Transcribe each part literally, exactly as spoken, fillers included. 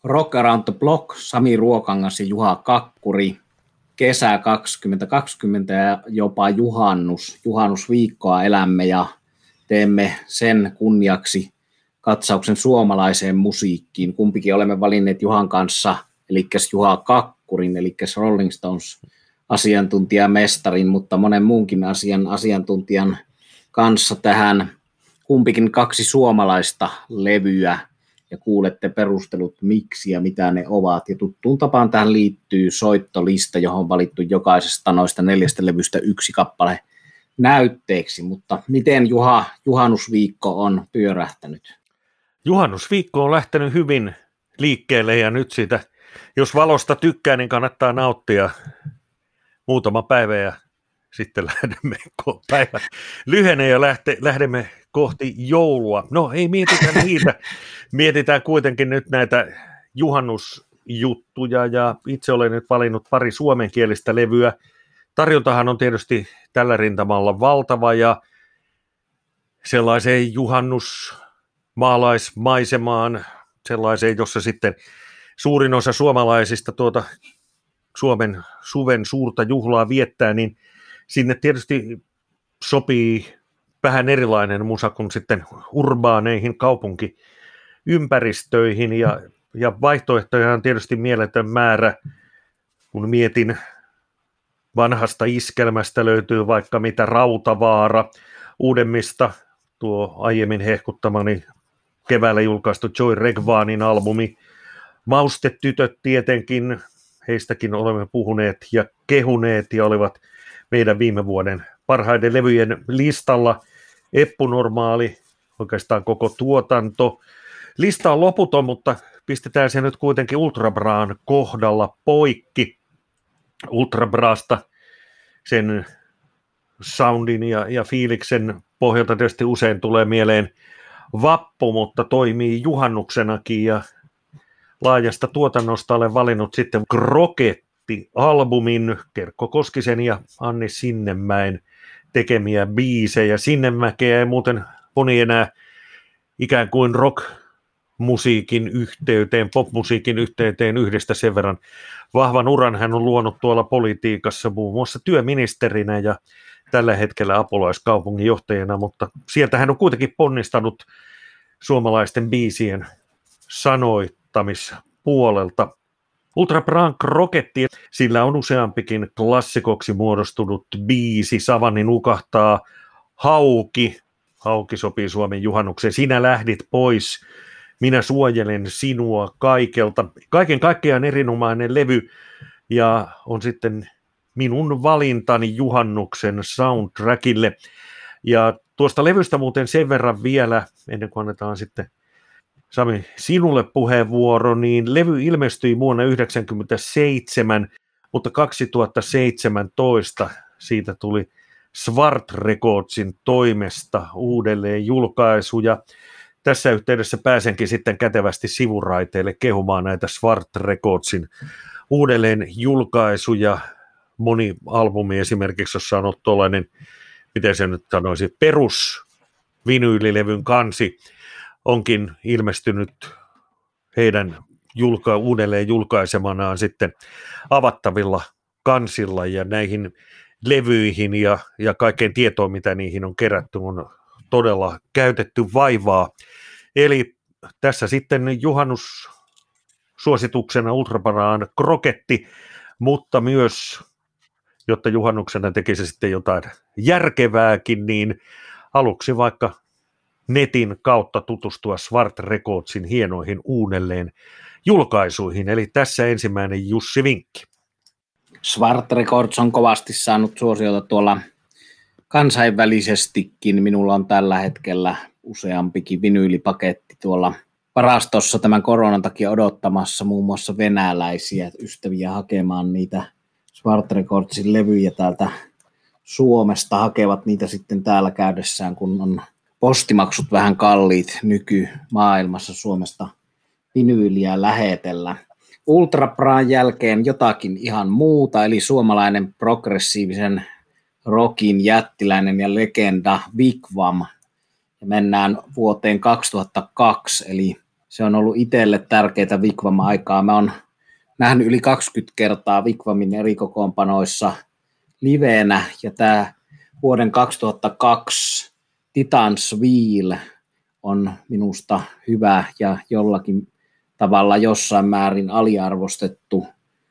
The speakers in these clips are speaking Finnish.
Rock Around the Block, Sami Ruokangas ja Juha Kakkuri, kesä kaksituhattakaksikymmentä ja jopa juhannus, juhannusviikkoa elämme ja teemme sen kunniaksi katsauksen suomalaiseen musiikkiin. Kumpikin olemme valinneet Juhan kanssa, eli Juha Kakkurin, eli Rolling Stones asiantuntijamestarin, mutta monen muunkin asian asiantuntijan kanssa tähän kumpikin kaksi suomalaista levyä, ja kuulette perustelut miksi ja mitä ne ovat. Ja tuttuun tapaan tähän liittyy soittolista, johon on valittu jokaisesta noista neljästä levystä yksi kappale näytteeksi. Mutta miten Juha, juhannusviikko on pyörähtänyt? Juhannusviikko on lähtenyt hyvin liikkeelle ja nyt siitä, jos valosta tykkää, niin kannattaa nauttia muutama päivä ja sitten lähdemme päivä lyhenee ja lähte, lähdemme kohti joulua. No ei mietitä niitä, mietitään kuitenkin nyt näitä juhannusjuttuja ja itse olen nyt valinnut pari suomenkielistä levyä. Tarjontahan on tietysti tällä rintamalla valtava ja sellaiseen juhannusmaalaismaisemaan, sellaiseen, jossa sitten suurin osa suomalaisista tuota Suomen suven suurta juhlaa viettää, niin sinne tietysti sopii vähän erilainen musa kuin sitten urbaaneihin kaupunkiympäristöihin ja, ja vaihtoehtoja on tietysti mieletön määrä, kun mietin vanhasta iskelmästä löytyy vaikka mitä Rautavaara, uudemmista tuo aiemmin hehkuttamani keväällä julkaistu Joy Regvanin albumi, Maustetytöt tietenkin, heistäkin olemme puhuneet ja kehuneet ja olivat meidän viime vuoden parhaiden levyjen listalla. Eppu Normaali, oikeastaan koko tuotanto. Lista on loputon, mutta pistetään se nyt kuitenkin Ultrabraan kohdalla poikki. Ultrabraasta sen soundin ja, ja fiiliksen pohjalta tietysti usein tulee mieleen vappu, mutta toimii juhannuksenakin ja laajasta tuotannosta olen valinnut sitten Kroketti-albumin, Kerkko Koskisen ja Anni Sinnemäen tekemiä biisejä. Sinnemäkeä ei muuten moni enää ikään kuin rock-musiikin yhteyteen, pop-musiikin yhteyteen yhdestä sen verran. Vahvan uran hän on luonut tuolla politiikassa muun muassa työministerinä ja tällä hetkellä apulaiskaupunginjohtajana, mutta sieltä hän on kuitenkin ponnistanut suomalaisten biisien sanoittamispuolelta. Ultrabraan Kroketti, sillä on useampikin klassikoksi muodostunut biisi. Savanni nukahtaa, Hauki, Hauki sopii Suomen juhannukseen, Sinä lähdit pois, Minä suojelen sinua kaikelta. Kaiken kaikkiaan erinomainen levy ja on sitten minun valintani juhannuksen soundtrackille. Ja tuosta levystä muuten sen verran vielä, ennen kuin annetaan sitten Sami sinulle puheenvuoro, niin levy ilmestyi vuonna yhdeksänkymmentäseitsemän, mutta kaksituhattaseitsemäntoista siitä tuli Svart Recordsin toimesta uudelleen julkaisu, ja tässä yhteydessä pääsenkin sitten kätevästi sivuraiteille kehumaan näitä Svart Recordsin uudelleen julkaisuja. Moni albumi esimerkiksi, jossa on ollut tuollainen, miten se nyt sanoisi, perus vinyylilevyn kansi, onkin ilmestynyt heidän julka- uudelleen julkaisemanaan sitten avattavilla kansilla, ja näihin levyihin ja, ja kaikkeen tietoon, mitä niihin on kerätty, on todella käytetty vaivaa. Eli tässä sitten juhannussuosituksena Ultrabraan Kroketti, mutta myös, jotta juhannuksena tekisi sitten jotain järkevääkin, niin aluksi vaikka netin kautta tutustua Svart Recordsin hienoihin uudelleen julkaisuihin. Eli tässä ensimmäinen Jussi Vinkki. Svart Records on kovasti saanut suosiota tuolla kansainvälisestikin. Minulla on tällä hetkellä useampikin vinyylipaketti tuolla varastossa tämän koronan takia odottamassa muun muassa venäläisiä ystäviä hakemaan niitä Svart Recordsin levyjä täältä Suomesta. Hakevat niitä sitten täällä käydessään, kun on postimaksut vähän kalliit nykymaailmassa Suomesta vinyyliä lähetellä. Ultrabraan jälkeen jotakin ihan muuta, eli suomalainen progressiivisen rockin jättiläinen ja legenda Vigvam. Ja mennään vuoteen kaksituhattakaksi, eli se on ollut itselle tärkeää Wigwam-aikaa. Mä oon nähnyt yli kaksikymmentä kertaa Wigwamin eri kokoonpanoissa liveenä, ja tämä vuoden kaksituhattakaksi Titans Wheel on minusta hyvä ja jollakin tavalla jossain määrin aliarvostettu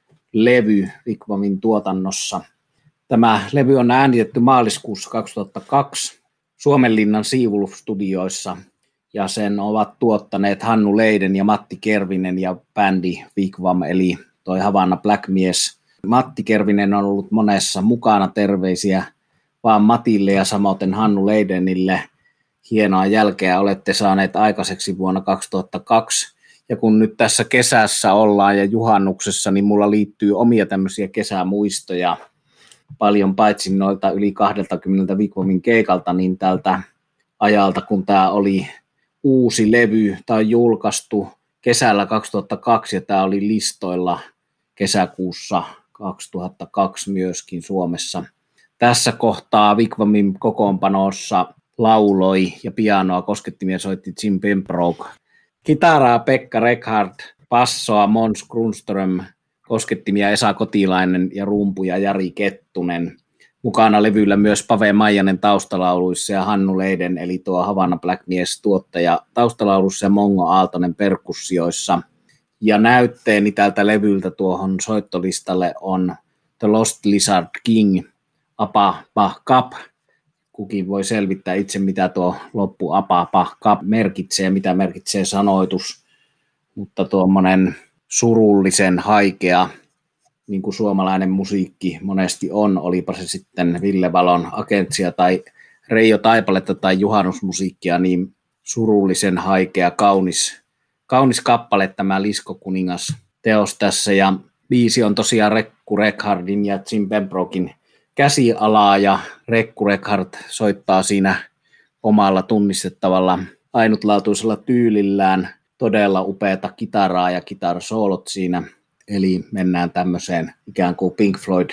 levy Wigwamin tuotannossa. Tämä levy on äänitetty maaliskuussa kaksituhattakaksi Suomenlinnan Seawolf-studioissa, ja sen ovat tuottaneet Hannu Leiden ja Matti Kervinen ja bändi Wigwam, eli toi Havana Black-mies. Matti Kervinen on ollut monessa mukana, terveisiä vaan Matille ja samoin Hannu Leidenille. Hienoa jälkeä olette saaneet aikaiseksi vuonna kaksituhattakaksi. Ja kun nyt tässä kesässä ollaan ja juhannuksessa, niin mulla liittyy omia tämmöisiä kesämuistoja paljon, paitsi noilta yli kaksikymmentä Wigwamin keikalta, niin tältä ajalta, kun tämä oli uusi levy, tämä on julkaistu kesällä kaksituhattakaksi, ja tämä oli listoilla kesäkuussa kaksituhattakaksi myöskin Suomessa. Tässä kohtaa Wigwamin kokoonpanossa lauloi ja pianoa koskettimia soitti Jim Pembroke. Kitaraa Pekka Rekhard, bassoa Måns Grundström, koskettimia Esa Kotilainen ja rumpuja Jari Kettunen. Mukana levyllä myös Pave Maijanen taustalauluissa ja Hannu Leiden, eli tuo Havana Black-mies tuottaja taustalauluissa ja Mongo Aaltonen perkussioissa. Ja näytteeni tältä levyltä tuohon soittolistalle on The Lost Lizard King, Apa Pa Kap. Kukin voi selvittää itse, mitä tuo loppu Apa Pa Kap merkitsee, mitä merkitsee sanoitus, mutta tuommoinen surullisen haikea, niin kuin suomalainen musiikki monesti on, olipa se sitten Ville Valon Agentsia tai Reijo Taipaletta tai juhannusmusiikkia, niin surullisen haikea, kaunis, kaunis kappale tämä Lisko Kuningas teos tässä, ja biisi on tosiaan Rekku Rekhardin ja Jim Pembroken käsialaa, ja Rekku Rekhard soittaa siinä omalla tunnistettavalla ainutlaatuisella tyylillään todella upeata kitaraa ja kitarasoolot siinä, eli mennään tämmöiseen ikään kuin Pink Floyd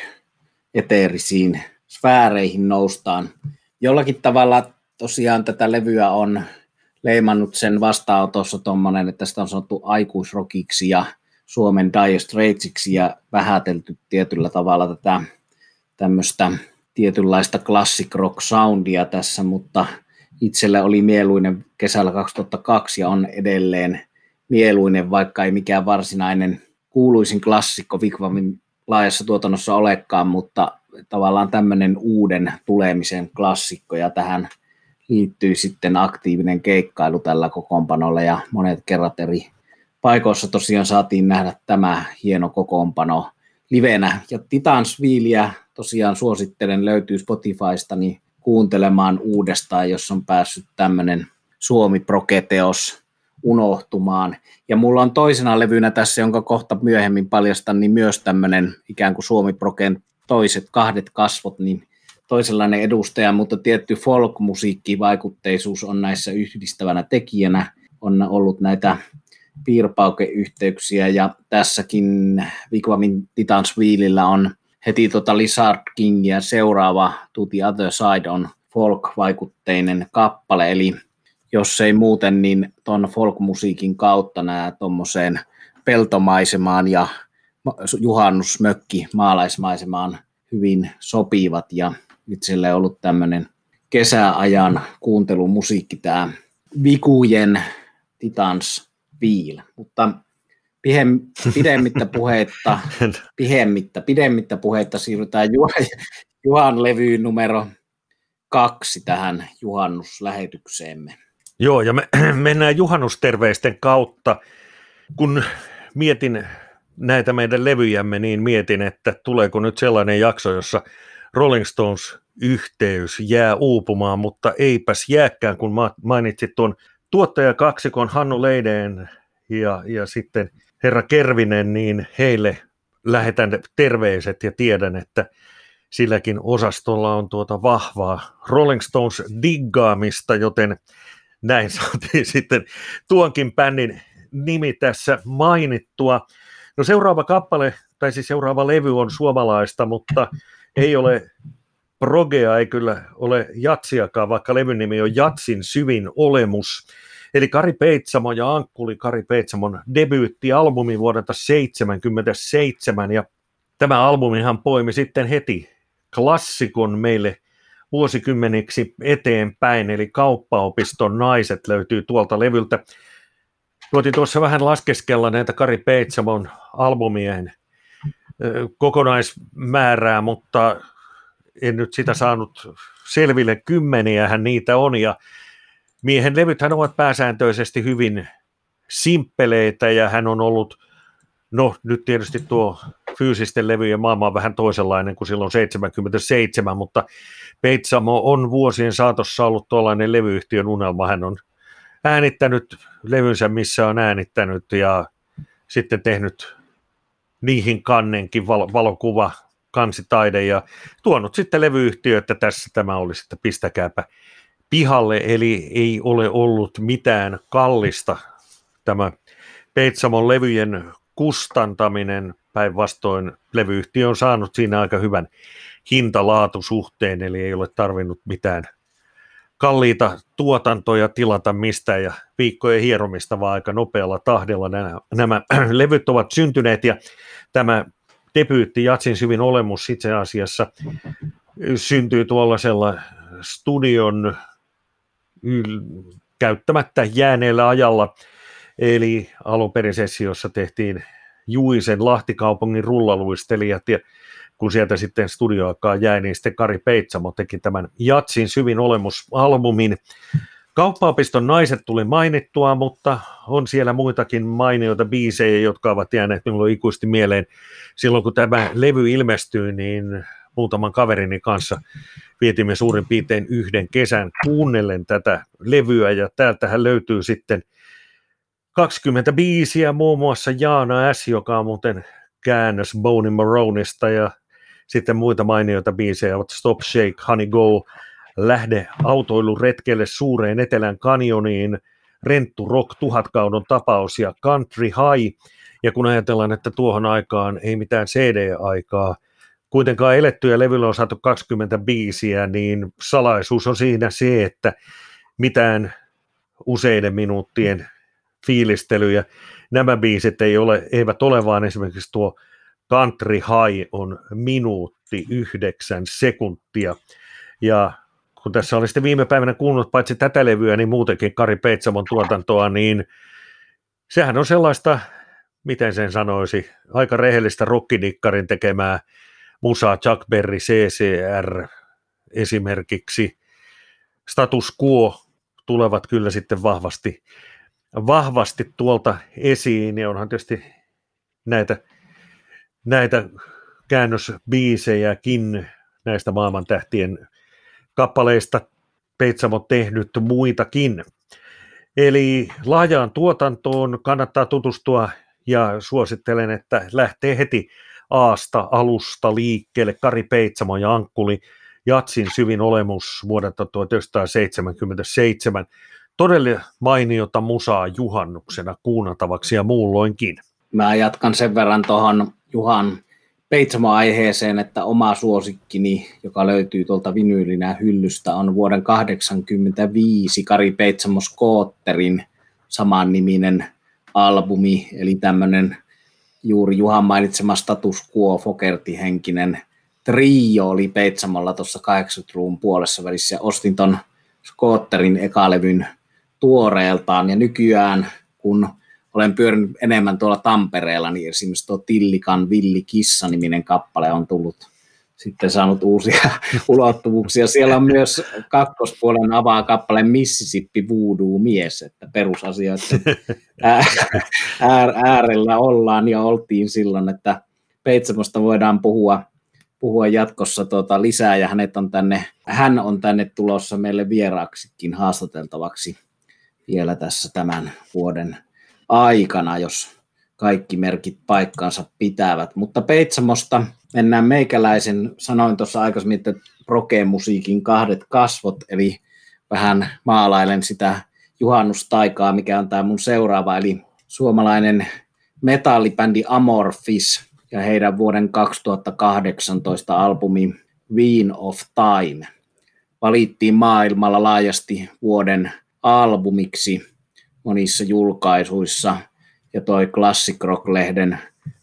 eteerisiin sfääreihin noustaan. Jollakin tavalla tosiaan tätä levyä on leimannut sen vastaanotossa tommonen, että sitä on sanottu aikuisrockiksi ja Suomen Dire Straitsiksi ja vähätelty tietyllä tavalla tätä tämmöistä tietynlaista classic rock soundia tässä, mutta itselle oli mieluinen kesällä kaksituhattakaksi ja on edelleen mieluinen, vaikka ei mikään varsinainen kuuluisin klassikko Wigwamin laajassa tuotannossa olekaan, mutta tavallaan tämmöinen uuden tulemisen klassikko, ja tähän liittyy sitten aktiivinen keikkailu tällä kokoonpanolla, ja monet kerrat eri paikoissa tosiaan saatiin nähdä tämä hieno kokoonpano livenä. Ja Titans Wheelia tosiaan suosittelen, löytyy Spotifysta, niin kuuntelemaan uudestaan, jos on päässyt tämmöinen Suomi-proketeos unohtumaan. Ja mulla on toisena levynä tässä, jonka kohta myöhemmin paljastan, niin myös tämmöinen ikään kuin Suomi-proken toiset kahdet kasvot, niin toisenlainen edustaja, mutta tietty folk-musiikkivaikutteisuus on näissä yhdistävänä tekijänä. On ollut näitä piirpaukeyhteyksiä, ja tässäkin Wigwamin Titans Wheelillä on heti tota Lizard Kingia seuraava To the Other Side on folk-vaikutteinen kappale, eli jos ei muuten, niin ton folk-musiikin kautta nämä tommoseen peltomaisemaan ja juhannusmökki maalaismaisemaan hyvin sopivat, ja itselle on ollut tämmöinen kesäajan kuuntelumusiikki tämä Vikujen Titans Wheel, mutta pidemmittä puheitta, pidemmittä, pidemmittä puheitta siirrytään Juhan levyyn numero kaksi tähän juhannuslähetykseemme. Joo, ja me mennään juhannusterveisten kautta. Kun mietin näitä meidän levyjämme, niin mietin, että tuleeko nyt sellainen jakso, jossa Rolling Stones-yhteys jää uupumaan, mutta eipäs jääkään, kun mainitsit tuon tuottajakaksikon Hannu Leiden ja, ja sitten herra Kervinen, niin heille lähetän terveiset ja tiedän, että silläkin osastolla on tuota vahvaa Rolling Stones diggaamista, joten näin saatiin sitten tuonkin bändin nimi tässä mainittua. No seuraava kappale, tai siis seuraava levy on suomalaista, mutta ei ole progea, ei kyllä ole jatsiakaan, vaikka levyn nimi on Jatsin syvin olemus. Eli Kari Peitsamo ja Ankkuli, Kari Peitsamon debyyttialbumi vuodelta seitsemänkymmentäseitsemän, ja tämä albumihan poimi sitten heti klassikon meille vuosikymmeniksi eteenpäin, eli Kauppaopiston naiset löytyy tuolta levyltä. Voitin tuossa vähän laskeskella näitä Kari Peitsamon albumien kokonaismäärää, mutta en nyt sitä saanut selville, kymmeniähän niitä on, ja miehen levythän ovat pääsääntöisesti hyvin simppeleitä, ja hän on ollut, no nyt tietysti tuo fyysisten levyjen maailma on vähän toisenlainen kuin silloin seitsemänkymmentäseitsemän, mutta Peitsamo on vuosien saatossa ollut tuollainen levyyhtiön unelma. Hän on äänittänyt levynsä, missä on äänittänyt, ja sitten tehnyt niihin kannenkin val- valokuva, kansitaide, ja tuonut sitten levyyhtiö, että tässä tämä olisi, että pistäkääpä pihalle, eli ei ole ollut mitään kallista tämä Peitsamon levyjen kustantaminen. Päinvastoin levyyhtiö on saanut siinä aika hyvän hinta-laatusuhteen, eli ei ole tarvinnut mitään kalliita tuotantoja tilata mistään ja viikkojen hieromista, vaan aika nopealla tahdilla nämä, nämä levyt ovat syntyneet, ja tämä debyytti Jatsin syvin olemus itse asiassa syntyy tuollaisella studion yl- käyttämättä jääneellä ajalla, eli alunperin sessiossa tehtiin Juisen Lahtikaupungin rullaluistelijat, ja kun sieltä sitten studioaikaan jäi, niin sitten Kari Peitsamo teki tämän Jatsin syvin olemus-albumin. Kauppaopiston naiset tuli mainittua, mutta on siellä muitakin mainioita biisejä, jotka ovat jääneet minulle ikuisesti mieleen. Silloin kun tämä levy ilmestyi, niin muutaman kaverini kanssa vietimme suurin piirtein yhden kesän kuunnellen tätä levyä, ja täältähän löytyy sitten kaksikymmentä biisiä, muun muassa Jaana S, joka on muuten käännös Boney Maronista, ja sitten muita mainioita biisejä ovat Stop, Shake, Honey Go, Lähde autoiluretkelle suureen etelän kanioniin, Renttu Rock, Tuhatkaudon tapaus ja Country High. Ja kun ajatellaan, että tuohon aikaan ei mitään C D-aikaa, kuitenkaan elettyä levyllä on saatu kaksikymmentä biisiä, niin salaisuus on siinä se, että mitään useiden minuuttien fiilistelyjä nämä biisit ei ole, eivät ole, vaan esimerkiksi tuo Country High on minuutti yhdeksän sekuntia. Ja kun tässä oli sitten viime päivänä kuunnellut paitsi tätä levyä, niin muutenkin Kari Peitsamon tuotantoa, niin sehän on sellaista, miten sen sanoisi, aika rehellistä rockidikkarin tekemää musaa. Chuck Berry, C C R esimerkiksi, Status Quo tulevat kyllä sitten vahvasti, vahvasti tuolta esiin, ja onhan tietysti näitä, näitä käännösbiisejäkin näistä maailmantähtien kappaleista Peitsamo tehnyt muitakin. Eli laajaan tuotantoon kannattaa tutustua, ja suosittelen, että lähtee heti Aasta alusta liikkeelle. Kari Peitsamo ja Ankkuli, Jatsin syvin olemus vuodelta tuhatyhdeksänsataaseitsemänkymmentäseitsemän. Todella mainiota musaa juhannuksena kuunneltavaksi ja muulloinkin. Mä jatkan sen verran tuohon Juhan Peitsamo-aiheeseen, että oma suosikkini, joka löytyy tuolta vinyylinä hyllystä, on vuoden kahdeksankymmentäviisi Kari Peitsamo Skootterin samanniminen albumi, eli tämmöinen juuri Juhan mainitsema Status Quo Fogerty-henkinen trio oli Peitsamolla tuossa kahdeksankymmentäluvun puolessa välissä, ja ostin ton Skootterin ekalevyn tuoreeltaan, ja nykyään kun olen pyörinyt enemmän tuolla Tampereella, niin esimerkiksi tuo Tillikan Villi Kissa-niminen kappale on tullut sitten saanut uusia ulottuvuuksia. Siellä on myös kakkospuolen avaa kappale Mississippi Voodoo Mies, että perusasioiden äärellä ollaan ja oltiin silloin, että Peitsamosta voidaan puhua, puhua jatkossa tuota lisää, ja hänet on tänne, hän on tänne tulossa meille vieraaksikin haastateltavaksi vielä tässä tämän vuoden aikana, jos kaikki merkit paikkaansa pitävät. Mutta Peitsamosta mennään meikäläisen, sanoin tuossa aikaisemmin, että proge-musiikin kahdet kasvot, eli vähän maalailen sitä juhannustaikaa, mikä on tämä mun seuraava, eli suomalainen metallibändi Amorphis ja heidän vuoden kaksituhattakahdeksantoista albumi Wheel of Time valittiin maailmalla laajasti vuoden albumiksi. monissa julkaisuissa, ja toi Classic Rock-lehden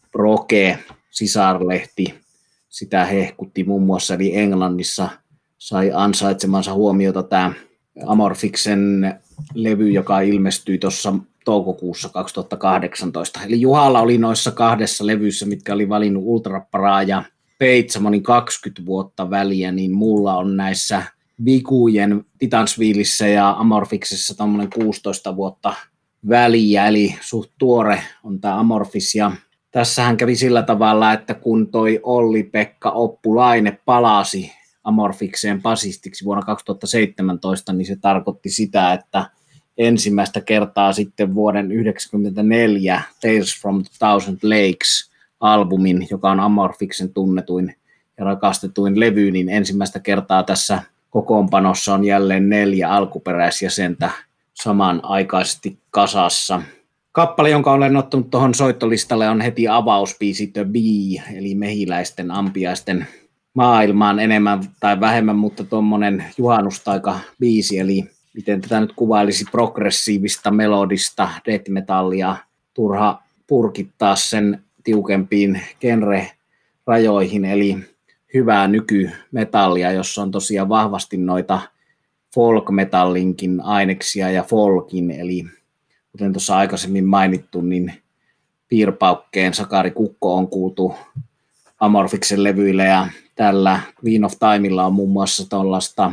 Proke, sisarlehti, sitä hehkutti muun muassa, eli Englannissa sai ansaitsemansa huomiota tämä Amorphiksen levy, joka ilmestyi tuossa toukokuussa kaksituhattakahdeksantoista. Eli Juhalla oli noissa kahdessa levyssä, mitkä oli valinnut Ultraparaa ja Peitsamonin kaksikymmentä vuotta väliä, niin mulla on näissä Vikujen Titanswheelissä ja Amorphiksessa tommoinen kuusitoista vuotta väliä, eli suht tuore on tämä Amorphis. Ja tässähän kävi sillä tavalla, että kun toi Olli-Pekka Oppulainen palasi Amorphikseen basistiksi vuonna kaksituhattaseitsemäntoista, niin se tarkoitti sitä, että ensimmäistä kertaa sitten vuoden yhdeksänkymmentäneljä Tales from the Thousand Lakes-albumin, joka on Amorphiksen tunnetuin ja rakastetuin levy, niin ensimmäistä kertaa tässä kokoonpanossa on jälleen neljä alkuperäisjäsentä samanaikaisesti kasassa. Kappale, jonka olen ottanut tuohon soittolistalle, on heti avausbiisi The Bee, eli mehiläisten, ampiaisten maailmaan enemmän tai vähemmän, mutta tuommoinen juhannustaika-biisi, eli miten tätä nyt kuvailisi, progressiivista, melodista, death metallia, turha purkittaa sen tiukempiin genre-rajoihin, eli hyvää nykymetallia, jossa on tosiaan vahvasti noita folk-metallinkin aineksia ja folkin, eli kuten tuossa aikaisemmin mainittu, niin Piirpaukkeen Sakari Kukko on kuultu Amorphiksen levyillä, ja tällä Queen of Timella on muun muassa tuollaista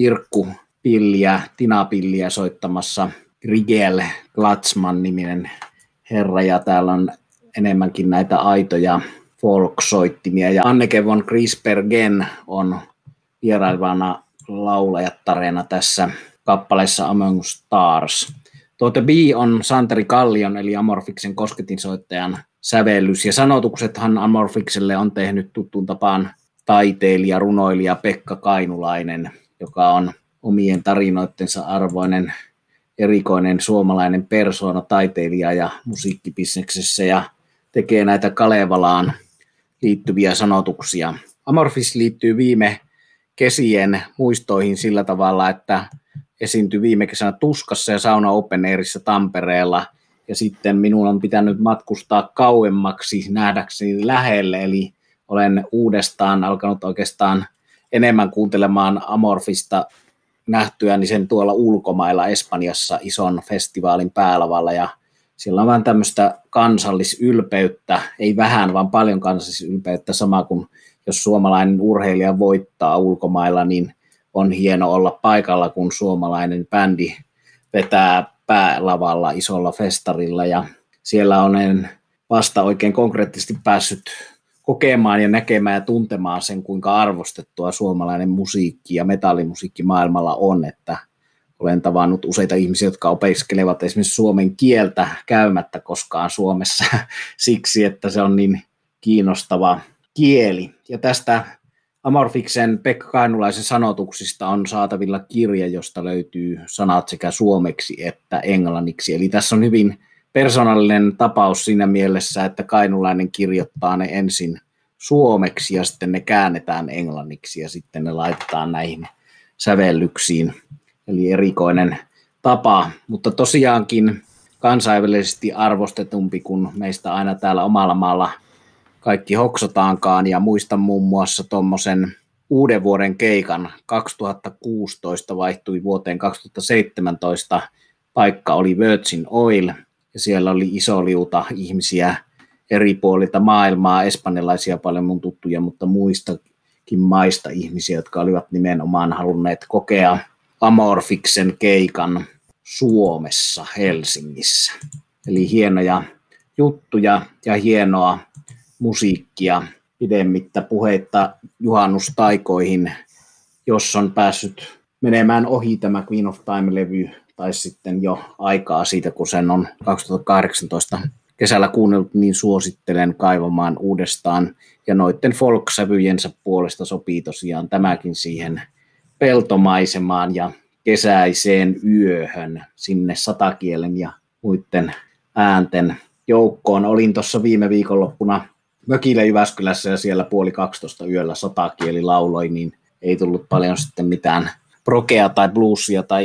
Irkku-pilliä, Tina-pilliä soittamassa Rigel Glatzman-niminen herra, ja täällä on enemmänkin näitä aitoja folk-soittimia, ja Anneke von Grisbergen on vierailevana laulajattareena tässä kappaleessa Among Stars. Tuota B on Santeri Kallion, eli Amorphiksen kosketinsoittajan sävellys, ja sanotuksethan Amorphikselle on tehnyt tuttuun tapaan taiteilija, runoilija Pekka Kainulainen, joka on omien tarinoittensa arvoinen, erikoinen suomalainen persoona, taiteilija ja musiikkibisneksessä, ja tekee näitä Kalevalaan liittyviä sanotuksia. Amorphis liittyy viime kesien muistoihin sillä tavalla, että esiintyi viime kesänä Tuskassa ja Sauna Open Airissa Tampereella, ja sitten minun on pitänyt matkustaa kauemmaksi nähdäkseni lähelle, eli olen uudestaan alkanut oikeastaan enemmän kuuntelemaan Amorphista nähtyäni sen tuolla ulkomailla Espanjassa ison festivaalin päälavalla, ja siellä on vähän tämmöistä kansallisylpeyttä, ei vähän, vaan paljon kansallisylpeyttä, sama kuin jos suomalainen urheilija voittaa ulkomailla, niin on hieno olla paikalla, kun suomalainen bändi vetää päälavalla isolla festarilla, ja siellä olen vasta oikein konkreettisesti päässyt kokemaan ja näkemään ja tuntemaan sen, kuinka arvostettua suomalainen musiikki ja metallimusiikki maailmalla on, että olen tavannut useita ihmisiä, jotka opiskelevat esimerkiksi suomen kieltä käymättä koskaan Suomessa siksi, että se on niin kiinnostava kieli. Ja tästä Amorphiksen Pekka Kainulaisen sanotuksista on saatavilla kirja, josta löytyy sanat sekä suomeksi että englanniksi. Eli tässä on hyvin persoonallinen tapaus siinä mielessä, että Kainulainen kirjoittaa ne ensin suomeksi ja sitten ne käännetään englanniksi ja sitten ne laitetaan näihin sävellyksiin. Eli erikoinen tapa, mutta tosiaankin kansainvälisesti arvostetumpi kuin meistä aina täällä omalla maalla kaikki hoksataankaan, ja muistan muun muassa tuommoisen uuden vuoden keikan kaksituhattakuusitoista vaihtui vuoteen kaksituhattaseitsemäntoista, paikka oli Virgin Oil, ja siellä oli iso liuta ihmisiä eri puolilta maailmaa, espanjalaisia paljon mun tuttuja, mutta muistakin maista ihmisiä, jotka olivat nimenomaan halunneet kokea Amorphiksen keikan Suomessa, Helsingissä. Eli hienoja juttuja ja hienoa musiikkia pidemmittä puheitta juhannustaikoihin, jos on päässyt menemään ohi tämä Queen of Time-levy, tai sitten jo aikaa siitä, kun sen on kaksituhattakahdeksantoista kesällä kuunnellut, niin suosittelen kaivamaan uudestaan. Ja noitten folk-sävyjensä puolesta sopii tosiaan tämäkin siihen peltomaisemaan ja kesäiseen yöhön, sinne satakielen ja muiden äänten joukkoon. Olin tuossa viime viikonloppuna mökillä Jyväskylässä ja siellä puoli kaksitoista yöllä satakieli lauloi, niin ei tullut paljon sitten mitään prokea tai bluesia tai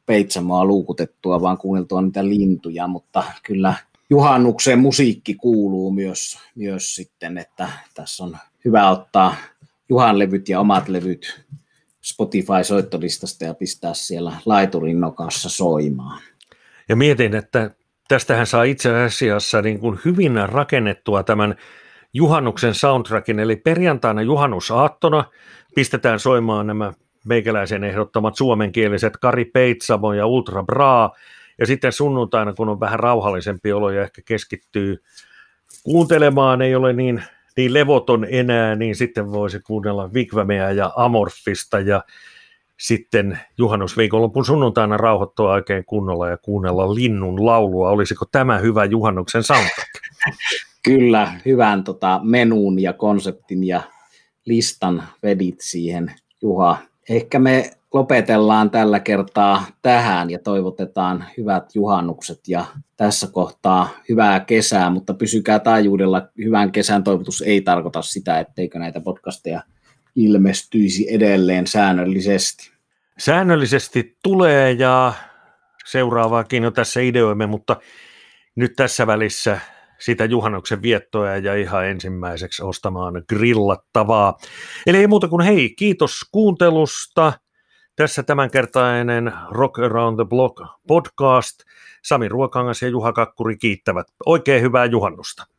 Peitsamoa luukutettua, vaan kuunneltua niitä lintuja, mutta kyllä juhannukseen musiikki kuuluu myös, myös sitten, että tässä on hyvä ottaa juhanlevyt ja omat levyt Spotify-soittolistasta ja pistää siellä laiturin nokassa soimaan. Ja mietin, että tästähän saa itse asiassa niin kuin hyvin rakennettua tämän juhannuksen soundtrackin, eli perjantaina juhannusaattona pistetään soimaan nämä meikäläisen ehdottamat suomenkieliset Kari Peitsamo ja Ultra Bra, ja sitten sunnuntaina, kun on vähän rauhallisempi olo ja ehkä keskittyy kuuntelemaan, ei ole niin, niin levoton enää, niin sitten voisi kuunnella Wigwamia ja Amorphista, ja sitten juhannusviikonlopun sunnuntaina rauhoittua oikein kunnolla ja kuunnella linnun laulua. Olisiko tämä hyvä juhannuksen soundtrack? Kyllä, hyvän tota, menun ja konseptin ja listan vedit siihen, Juha. Ehkä me lopetellaan tällä kertaa tähän ja toivotetaan hyvät juhannukset ja tässä kohtaa hyvää kesää, mutta pysykää taajuudella. Hyvän kesän toivotus ei tarkoita sitä, etteikö näitä podcasteja ilmestyisi edelleen säännöllisesti. Säännöllisesti tulee ja seuraavaakin jo tässä ideoimme, mutta nyt tässä välissä sitä juhannuksen viettoa ja ihan ensimmäiseksi ostamaan grillattavaa. Eli ei muuta kuin hei, kiitos kuuntelusta. Tässä tämänkertainen Rock Around the Block podcast. Sami Ruokangas ja Juha Kakkuri kiittävät. Oikein hyvää juhannusta.